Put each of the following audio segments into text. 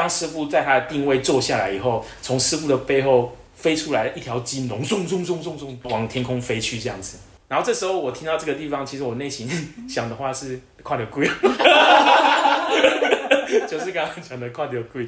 当师傅在他的定位坐下来以后，从师傅的背后飞出来一条金龙，嗖嗖嗖嗖嗖往天空飞去这样子。然后这时候我听到这个地方，其实我内心想的话是快点贵，就是刚刚讲的快点贵。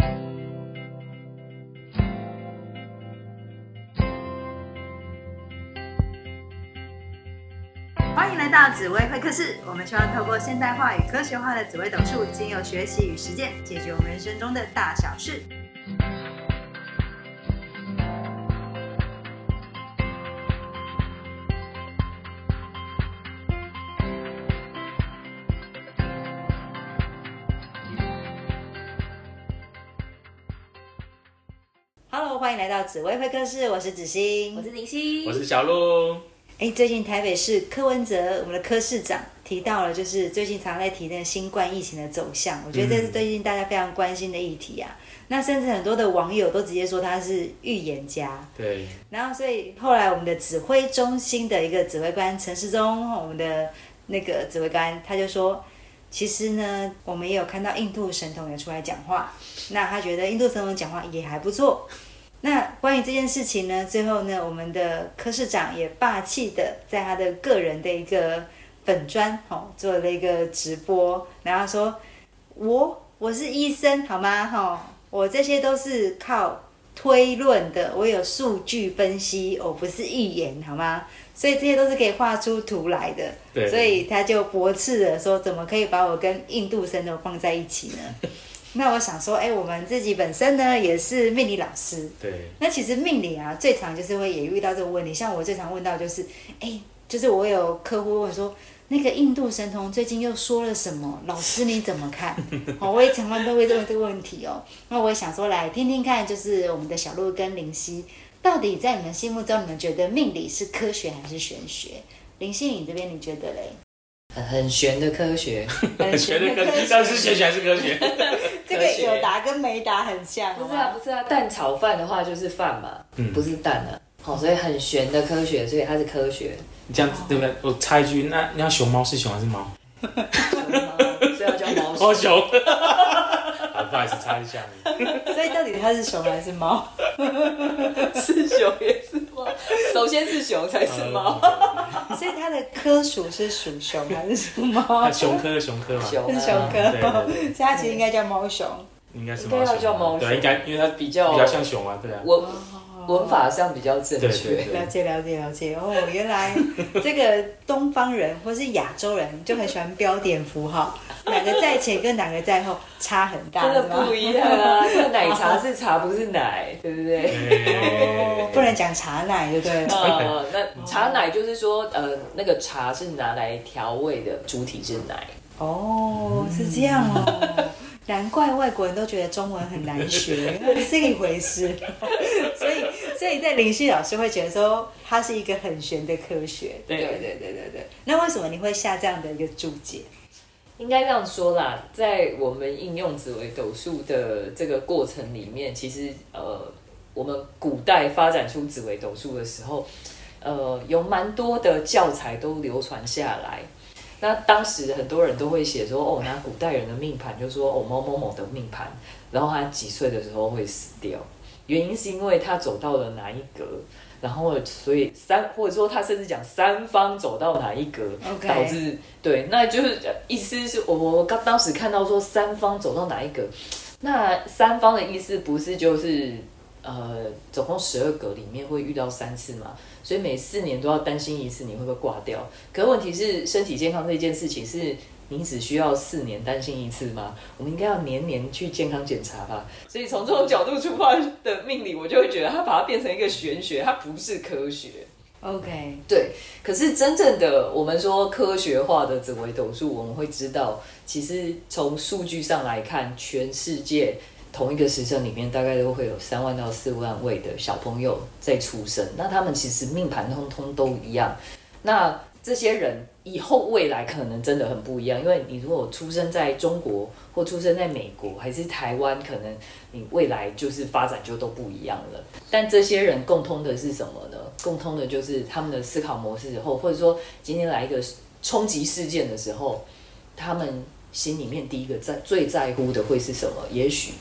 欢迎来到紫微会客室，我们希望透过现代化与科学化的紫微斗数，经由学习与实践，解决我们人生中的大小事。Hello， 欢迎来到紫微会客室，我是子欣， 我是林夕， 我是小鹿。 最近台北市柯文哲，我们的柯市长提到了，就是最近常在提那个新冠疫情的走向，我觉得这是最近大家非常关心的议题啊。那甚至很多的网友都直接说他是预言家。 对。 然后所以后来我们的指挥中心的一个指挥官陈时中，我们的那个指挥官他就说，其实呢，我们也有看到印度神童也出来讲话，那他觉得印度神童讲话也还不错。那关于这件事情呢，最后呢，我们的柯市长也霸气的在他的个人的一个粉专做了一个直播，然后说我是医生好吗？我这些都是靠推论的，我有数据分析，我不是预言好吗？所以这些都是可以画出图来的。 对。 所以他就驳斥了说，怎么可以把我跟印度神童放在一起呢？那我想说，我们自己本身呢也是命理老师， 对。 那其实命理啊，最常就是会也遇到这个问题。像我最常问到就是，就是我有客户问说，那个印度神童最近又说了什么？老师你怎么看？我也常常都会问这个问题哦。那我也想说来听听看，就是我们的小鹿跟林夕，到底在你们心目中，你们觉得命理是科学还是玄学？林夕，你这边你觉得嘞？ 很玄的科学， 很玄的科学， 但是玄学还是科学？ 这个有答跟没答很像。 不是啊，蛋炒饭的话就是饭嘛，不是蛋啊。好，所以很玄的科学，所以它是科学。 你这样子对不对？我插一句，那熊猫是熊还是猫？ 熊猫，所以要叫猫熊。 猫熊。好，不好意思，插一下。 所以到底它是熊还是猫？ 是熊也是猫，首先是熊才是猫。 所以它的科属是属熊还是属猫？ 熊科嘛。 是熊科。 对。 所以它其实应该叫猫熊。 应该是猫熊。 要叫猫熊。 对，应该因为它比较像熊啊，对啊。 文法上比较正确。 了解。原来这个东方人或是亚洲人就很喜欢标点符号，哪个在前跟哪个在后差很大， 真的不一样啊！这个奶茶是茶，不是奶，对不对？ 不能讲茶奶，就对了。 那茶奶就是说，那个茶是拿来调味的，主体是奶。 是这样哦。难怪外国人都觉得中文很难学，是这一回事。所以在林夕老师会觉得说，它是一个很玄的科学。对。那为什么你会下这样的一个注解？ 应该这样说啦，在我们应用紫微斗数的这个过程里面，其实我们古代发展出紫微斗数的时候，有蛮多的教材都流传下来。那当时很多人都会写说，拿古代人的命盘，就说某某某的命盘，然后他几岁的时候会死掉，原因是因为他走到了哪一格，然后所以或者说他甚至讲三方走到哪一格，导致对，那就是意思是我当时看到说三方走到哪一格，那三方的意思不是就是总共12格里面会遇到3次嘛，所以每4年都要担心一次你会不会挂掉。可是问题是身体健康这件事情是你只需要4年担心一次吗？我们应该要年年去健康检查吧。所以从这种角度出发的命理，我就会觉得它把它变成一个玄学，它不是科学。 OK， 对。可是真正的我们说科学化的紫微斗数，我们会知道，其实从数据上来看，全世界同一个时辰里面大概都会有3万到4万位的小朋友在出生，那他们其实命盘通通都一样。那这些人以后未来可能真的很不一样，因为你如果出生在中国或出生在美国还是台湾，可能你未来就是发展就都不一样了。但这些人共通的是什么呢？共通的就是他们的思考模式或者说今天来一个冲击事件的时候，他们心里面第一个最在乎的会是什么？也许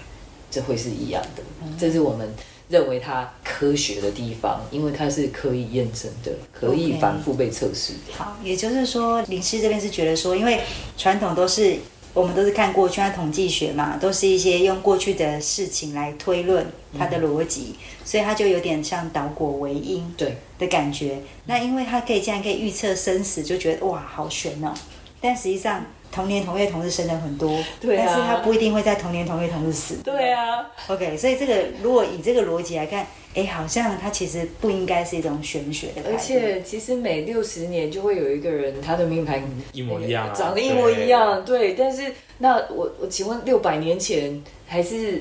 这会是一样的。这是我们认为它科学的地方，因为它是可以验证的，可以反复被测试的。 好，也就是说林师这边是觉得说，因为传统我们都是看过去，它统计学嘛，都是一些用过去的事情来推论它的逻辑，所以它就有点像倒果为因的感觉。那因为它竟然可以预测生死，就觉得哇好悬哦。但实际上同年同月同日生的很多， 对啊， 但是他不一定会在同年同月同日死。 对啊 ，OK， 所以这个如果以这个逻辑来看，好像它其实不应该是一种玄学的。 而且其实每60年就会有一个人，他的命盘一模一样， 长得一模一样，对。但是那我请问600年前还是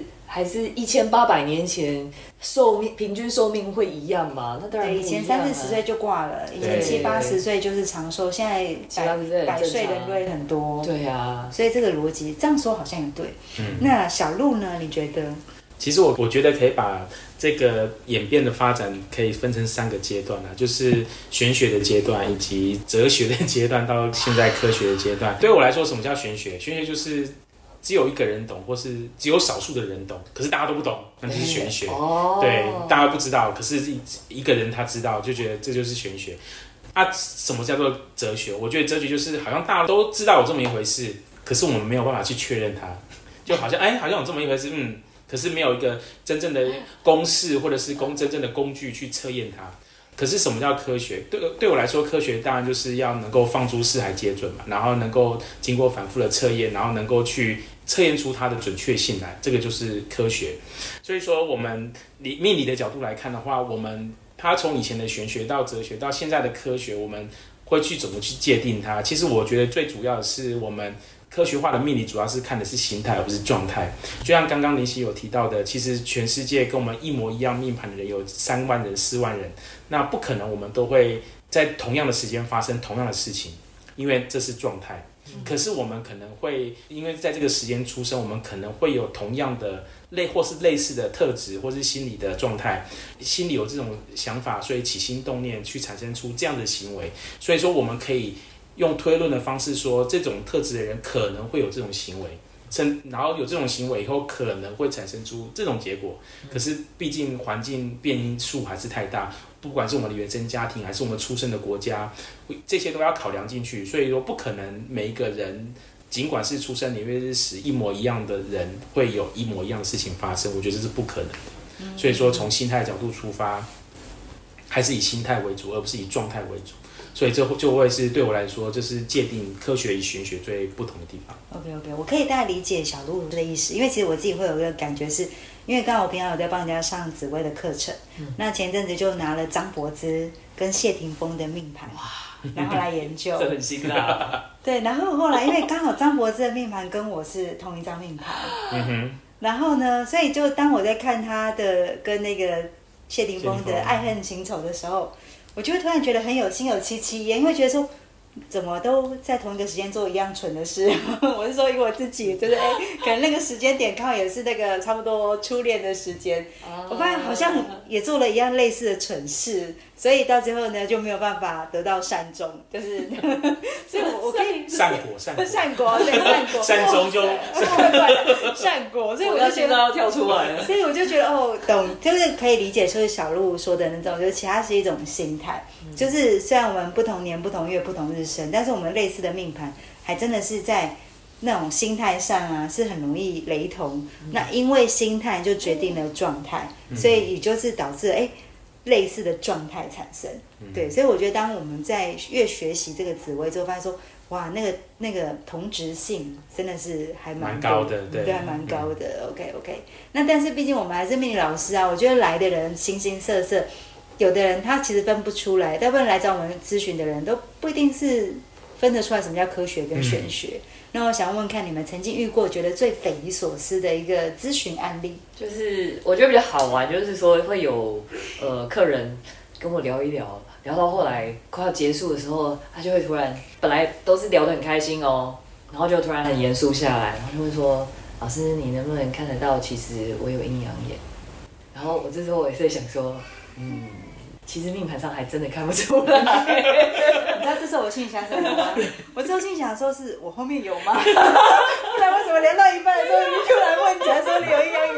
1800年前平均寿命会一样吗？那当然不一样啊。 以前30-40岁就挂了，以前70-80岁就是长寿，现在100岁人类很多。 对啊， 所以这个逻辑这样说好像也对。那小鹿呢？你觉得？ 其实我觉得可以把这个演变的发展可以分成3个阶段就是玄学的阶段，以及哲学的阶段，到现在科学的阶段。对我来说，什么叫玄学？玄学就是只有一个人懂，或是只有少数的人懂，可是大家都不懂，那就是玄学。对，大家不知道，可是一个人他知道，就觉得这就是玄学。什么叫做哲学？我觉得哲学就是好像大家都知道有这么一回事，可是我们没有办法去确认它，就好像好像有这么一回事，可是没有一个真正的公式或者是真正的工具去测验它。可是什么叫科学？对我来说，科学当然就是要能够放诸四海皆准嘛，然后能够经过反复的测验，然后能够去测验出它的准确性来，这个就是科学。所以说，我们命理的角度来看的话，它从以前的玄学到哲学到现在的科学，我们会去怎么去界定它？其实我觉得最主要的是我们科学化的命理主要是看的是形态而不是状态。就像刚刚林夕有提到的，其实全世界跟我们一模一样命盘的人有3万人、4万人，那不可能我们都会在同样的时间发生同样的事情，因为这是状态。可是我们可能会因为在这个时间出生，我们可能会有同样的或是类似的特质，或是心理的状态，心里有这种想法，所以起心动念去产生出这样的行为。所以说我们可以用推论的方式说，这种特质的人可能会有这种行为，然后有这种行为以后可能会产生出这种结果。可是毕竟环境变因数还是太大，不管是我们的原生家庭还是我们出生的国家，这些都要考量进去。所以说不可能每一个人尽管是出生年月日时一模一样的人会有一模一样的事情发生，我觉得这是不可能的。所以说从心态角度出发，还是以心态为主而不是以状态为主。所以这就会是对我来说，这是界定科学与玄学最不同的地方。 OK， 我可以大概理解小鹿的意思，因为其实我自己会有一个感觉是，因为刚好我平常有在帮人家上紫微的课程，那前阵子就拿了张柏芝跟谢霆锋的命盘，然后来研究， 这很辛辣。 对，然后后来因为刚好张柏芝的命盘跟我是同一张命盘，然后呢，所以就当我在看他的跟那个谢霆锋的爱恨情仇的时候，我就会突然觉得很有心有戚戚焉，因为觉得说怎么都在同一个时间做一样蠢的事。我是说以我自己，就是可能那个时间点刚好也是那个差不多初恋的时间，我发现好像也做了一样类似的蠢事，所以到最后呢就没有办法得到善终，就是所以我可以善果对善果善终就善果，所以我就觉得要跳出来了， 所以我就觉得懂，就是可以理解，就是小鹿说的那种，就是其他是一种心态，就是虽然我们不同年、不同月、不同日生，但是我们类似的命盘，还真的是在那种心态上啊，是很容易雷同。那因为心态就决定了状态，所以也就是导致类似的状态产生。对，所以我觉得当我们在越学习这个紫微之后，发现说，哇，那个同质性真的是还蛮高的，对， 还蛮高的。OK， 那但是毕竟我们还是命理老师啊，我觉得来的人形形色色，有的人他其实分不出来，大部分来找我们咨询的人都不一定是分得出来什么叫科学跟玄学。那我想问看你们曾经遇过觉得最匪夷所思的一个咨询案例？ 就是我觉得比较好玩，就是说会有客人跟我聊一聊，聊到后来快要结束的时候，他就会突然本来都是聊得很开心哦，然后就突然很严肃下来，然后就会说：“老师，你能不能看得到？其实我有阴阳眼。”然后我这时候我也是在想说，其实命盘上还真的看不出来。 你知道这时候我心里想什么吗？我这时候心里想说是我后面有吗？不然为什么聊到一半的时候你突然问起来说你有阴阳眼吗？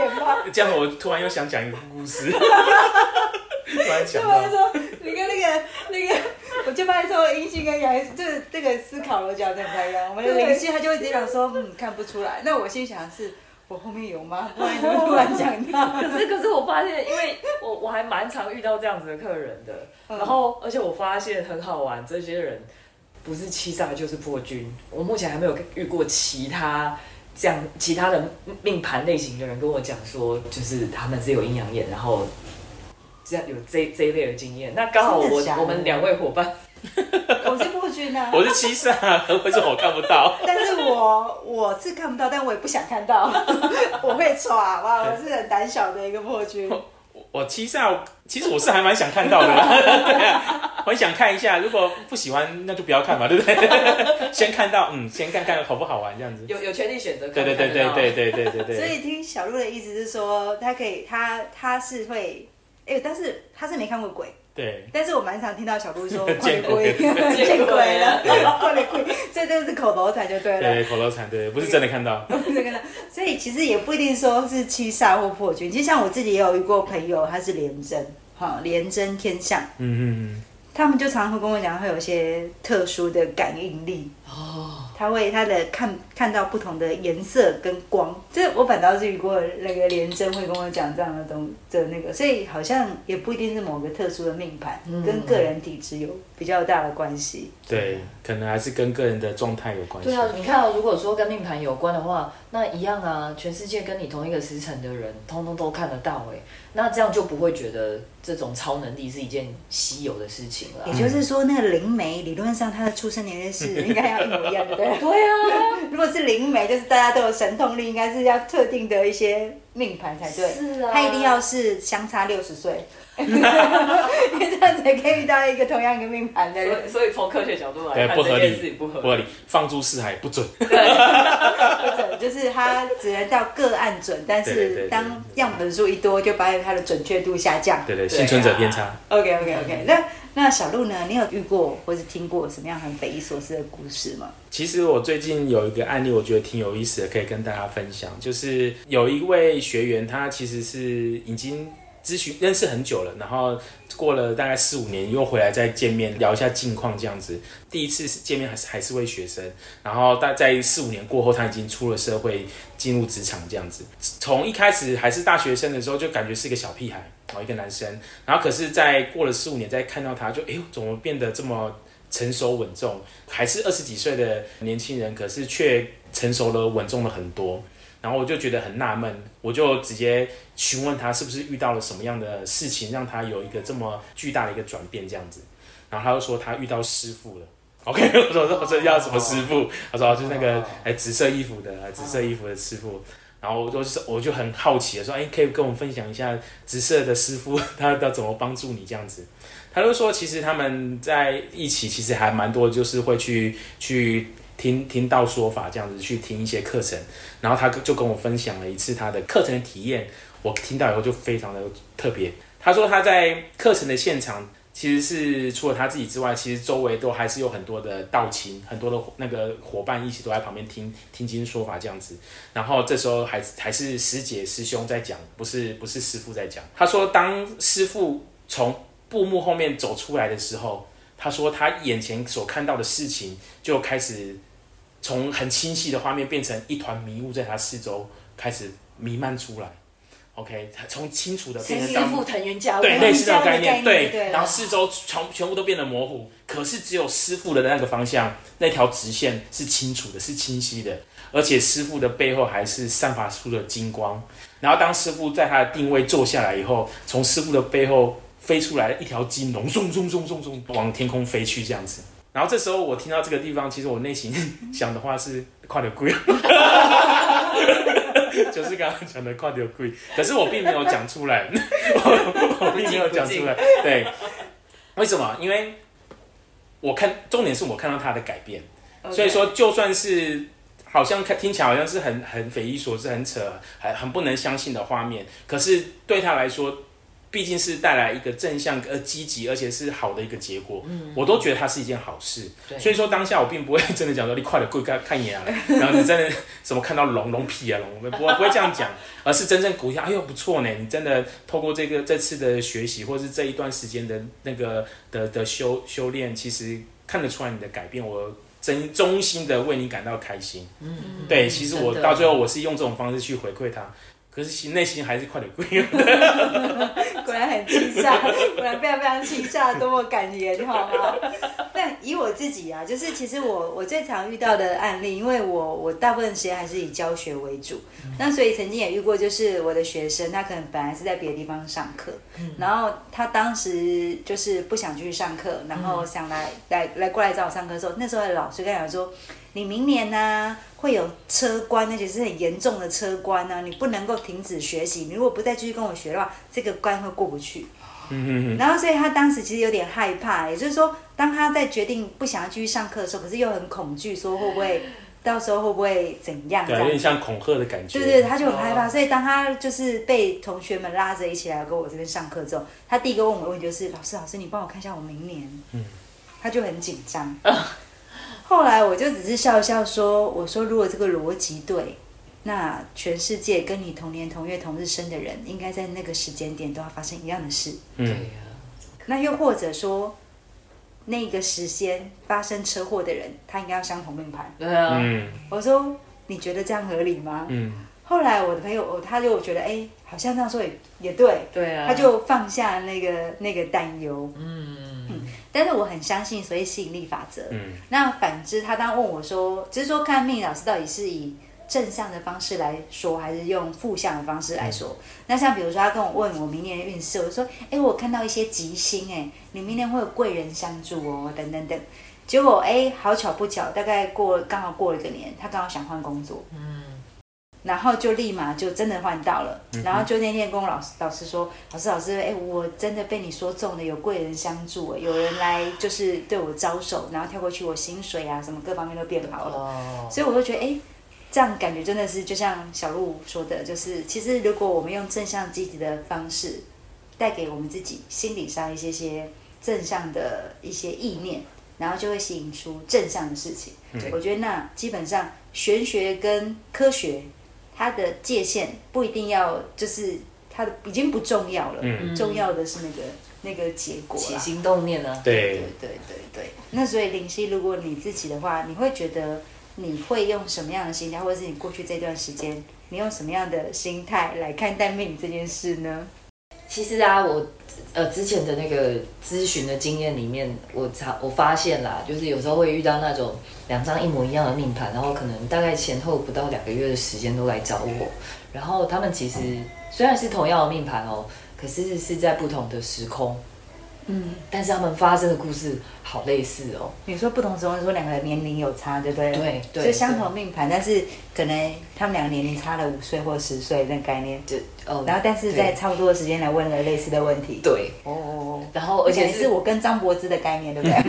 这样我突然又想讲一个故事，突然想到， 说你跟那个，我就发现说阴性跟阳性，就是这个思考逻辑好像不太一样。我们的灵性他就会直接讲说，看不出来。那我心想的是，我后面有吗？不然你突然讲到。 可是我发现，因为我还蛮常遇到这样子的客人的，然后而且我发现很好玩，这些人不是七煞就是破军。我目前还没有遇过其他的命盘类型的人跟我讲说，就是他们是有阴阳眼，然后这样有这一类的经验。那刚好我们2位伙伴， 我是破军啊， 我是七煞，为什么我看不到？ 但是我是看不到，但我也不想看到，我会耍，好不好？我是很胆小的一个破军。 我七煞，其实我是还蛮想看到的啦，我很想看一下。如果不喜欢，那就不要看嘛，对不对？先看到，先看看好不好玩这样子。 有权利选择看。 对。 所以听小鹿的意思是说，他是会，但是他是没看过鬼。 对， 但是我蛮常听到小鹿说见鬼见鬼了，快点鬼，所以这个是口头禅就对了。 对，口头禅对，不是真的看到。 不是真的看到，所以其实也不一定说是七煞或破军。其实像我自己也有遇过朋友，他是廉贞，廉贞天相，他们就常常会跟我讲，会有一些特殊的感应力哦。他的看到不同的颜色跟光，这我反倒是遇过那个廉贞会跟我讲这样的那个，所以好像也不一定是某个特殊的命盘，跟个人体质有比较大的关系。 对，可能还是跟个人的状态有关系。 对啊，你看如果说跟命盘有关的话，那一样啊，全世界跟你同一个时辰的人，通通都看得到那这样就不会觉得这种超能力是一件稀有的事情了。 也就是说，那个灵媒理论上他的出生年月日应该要一模一样，对不对？ 对啊， 如果是灵媒，就是大家都有神通力，应该是要特定的一些命盘才对。 是啊， 他一定要是相差60岁，因为这样才可以遇到一个同样一个命盘的人。 所以从科学角度来看， 不合理， 这件事情不合理， 放诸四海不准。 不准，就是他只能到个案准，但是当样本数一多，就发现他的准确度下降。 对，幸存者偏差。 OK， 那小鹿呢？你有遇过或是听过什么样很匪夷所思的故事吗？ 其实我最近有一个案例，我觉得挺有意思的，可以跟大家分享。就是有一位学员，他其实是已经咨询认识很久了，然后过了大概4-5年又回来再见面聊一下近况这样子。第一次见面还是位学生，然后在4-5年过后，他已经出了社会，进入职场这样子。从一开始还是大学生的时候，就感觉是一个小屁孩，一个男生。然后可是，在过了4-5年再看到他，就怎么变得这么成熟稳重？还是20几岁的年轻人，可是却成熟了稳重了很多。然后我就觉得很纳闷，我就直接询问他是不是遇到了什么样的事情，让他有一个这么巨大的一个转变这样子。然后他就说他遇到师父了。OK， 我说要什么师父？他说就是那个紫色衣服的师父。然后我就很好奇的说，可以跟我们分享一下紫色的师父他要怎么帮助你这样子？他就说其实他们在一起其实还蛮多，就是会去听道说法这样子，去听一些课程。然后他就跟我分享了一次他的课程的体验，我听到以后就非常的特别。他说他在课程的现场，其实是除了他自己之外，其实周围都还是有很多的道亲，很多的那个伙伴一起都在旁边听经说法这样子。然后这时候还是师姐师兄在讲，不是师父在讲。他说当师父从布幕后面走出来的时候，他说他眼前所看到的事情就开始从很清晰的画面变成一团迷雾，在他四周开始弥漫出来。OK， 从清楚的变成师父藤原家， 对，类似这种概念，对，然后四周全部都变得模糊，可是只有师父的那个方向，那条直线是清楚的，是清晰的，而且师父的背后还是散发出了金光。然后当师父在他的定位坐下来以后，从师父的背后飞出来一条金龙，嗖嗖嗖嗖嗖往天空飞去这样子。然后这时候我听到这个地方，其实我内心想的话是快点跪。就是刚刚讲的快点跪，可是我并没有讲出来，我并没有讲出来。对，为什么？因为重点是我看到他的改变， Okay. 所以说就算是好像听起来好像是很匪夷所思、很扯、很不能相信的画面，可是对他来说， 毕竟是带来一个正向积极而且是好的一个结果，我都觉得它是一件好事。所以说当下我并不会真的讲说你快点过去看眼啊，然后你真的什么看到龙屁啊龙，不会这样讲，而是真正鼓励，哎呦不错呢，你真的透过这次的学习，或是这一段时间的那个的修炼，其实看得出来你的改变，我衷心的为你感到开心。对，其实我到最后我是用这种方式去回馈他。可是内心还是快点跪。 果然很气煞，果然非常非常气煞，多么感言，好吗？但以我自己啊，就是其实我最常遇到的案例，因为我大部分时间还是以教学为主，那所以曾经也遇过，就是我的学生他可能本来是在别的地方上课，然后他当时就是不想继续上课，然后想来过来找我上课的时候，那时候的老师跟他讲说，你明年呢会有车关，而且是很严重的车关啊，你不能够停止学习，你如果不再继续跟我学的话，这个关会过不去。然后所以他当时其实有点害怕，也就是说当他在决定不想要继续上课的时候，可是又很恐惧说会不会到时候会不会怎样， 对，有点像恐吓的感觉。 对，他就很害怕。所以当他就是被同学们拉着一起来跟我这边上课之后，他第一个问我的问题就是老师你帮我看一下我明年。他就很紧张。后来我就只是笑一笑说，我说如果这个逻辑对，那全世界跟你同年同月同日生的人，应该在那个时间点都要发生一样的事。 对呀。 那又或者说，那个时间发生车祸的人，他应该要相同命盘。 对啊。 我说你觉得这样合理吗？后来我的朋友他就觉得，好像这样说也对。 对啊。 他就放下那个担忧。但是我很相信所谓吸引力法则。那反之，他当问我说，只是说看命理老师到底是以正向的方式来说，还是用负向的方式来说？那像比如说，他跟我问我明年的运势，我就说，我看到一些吉星，你明年会有贵人相助哦，等等等。结果好巧不巧，大概刚好过了一个年，他刚好想换工作。然后就立马就真的换到了，然后就那天跟我老师说，老师，我真的被你说中了，有贵人相助，有人来就是对我招手，然后跳过去，我薪水啊什么各方面都变好了。所以我就觉得，这样感觉真的是就像小鹿说的，就是其实如果我们用正向积极的方式，带给我们自己心理上一些正向的一些意念，然后就会吸引出正向的事情。我觉得那基本上玄学跟科学，它的界限不一定要，就是它的已经不重要了，重要的是那个结果啦， 起心动念啊。 对。 那所以林夕，如果你自己的话，你会觉得你会用什么样的心态，或者是你过去这段时间，你用什么样的心态来看待命理这件事呢？ 其实啊，我之前的那个咨询的经验里面，我发现啦，就是有时候会遇到那种2张一模一样的命盘，然后可能大概前后不到2个月的时间都来找我，然后他们其实虽然是同样的命盘哦，可是是在不同的时空。但是他们发生的故事好类似哦。 你说不同时空，说两个人年龄有差，对不对？ 对， 就相同命盘，但是可能他们两个年龄差了5岁或10岁那个概念。然后但是在差不多的时间来问了类似的问题。 对。然后而且是我跟张柏芝的概念，对不对？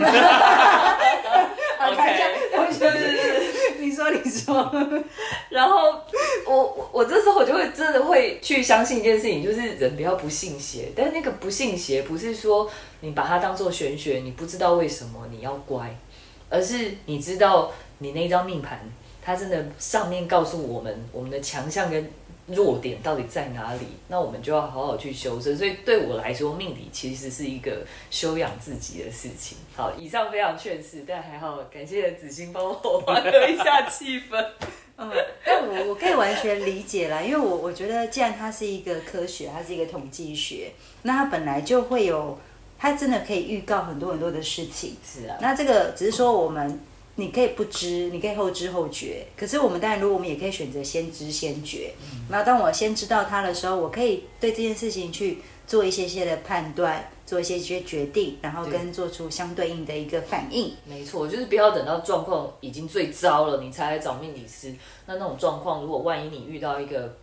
你说。 然后我这时候我就会真的会去相信一件事情，就是人不要不信邪。但是那个不信邪不是说你把它当作玄学，你不知道为什么你要乖，而是你知道你那张命盘，它真的上面告诉我们的强项跟弱点到底在哪里，那我们就要好好去修正。所以对我来说，命理其实是一个修养自己的事情。好，以上非常劝世，但还好感谢子欣帮我缓和一下气氛。 但我可以完全理解啦，因为我觉得既然它是一个科学，它是一个统计学，那它本来就会有，它真的可以预告很多很多的事情。 是啊。 那这个只是说你可以不知，你可以后知后觉。可是我们当然，如果我们也可以选择先知先觉。然后当我先知道它的时候，我可以对这件事情去做一些的判断，做一些决定，然后跟做出相对应的一个反应。 没错，就是不要等到状况已经最糟了，你才来找命理师。那种状况，如果万一你遇到一个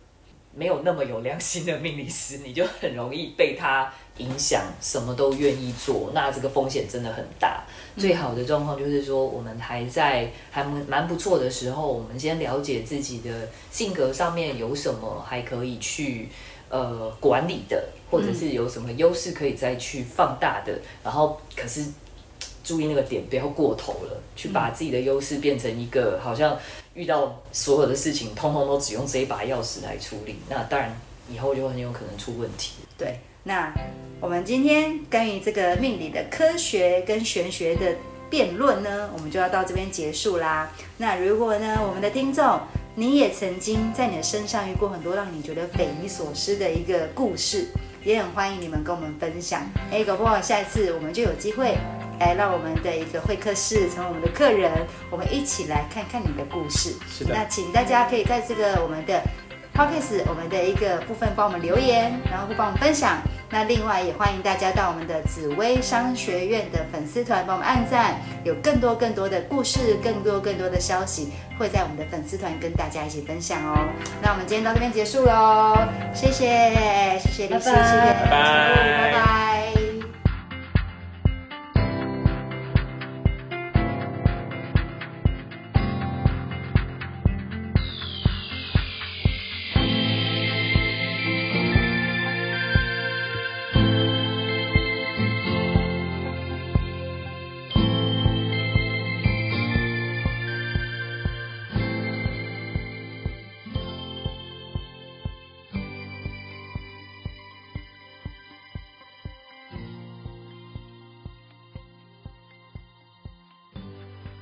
没有那么有良心的命理师，你就很容易被他影响，什么都愿意做，那这个风险真的很大。最好的状况就是说，我们还蛮不错的时候，我们先了解自己的性格上面有什么还可以去管理的，或者是有什么优势可以再去放大的，然后可是注意那个点不要过头了，去把自己的优势变成一个好像遇到所有的事情通通都只用这一把钥匙来处理，那当然以后就很有可能出问题。 对，那我们今天关于这个命理的科学跟玄学的辩论呢，我们就要到这边结束啦。那如果呢，我们的听众你也曾经在你的身上遇过很多让你觉得匪夷所思的一个故事，也很欢迎你们跟我们分享。搞不好下一次我们就有机会来让我们的一个会客室成为我们的客人，我们一起来看看你的故事。 是的。 那请大家可以在这个我们的 Podcast 我们的一个部分帮我们留言，然后会帮我们分享。那另外也欢迎大家到我们的紫微商学院的粉丝团帮我们按赞，有更多的故事，更多的消息会在我们的粉丝团跟大家一起分享哦。那我们今天到这边结束喽，谢谢李希，谢谢， 拜拜。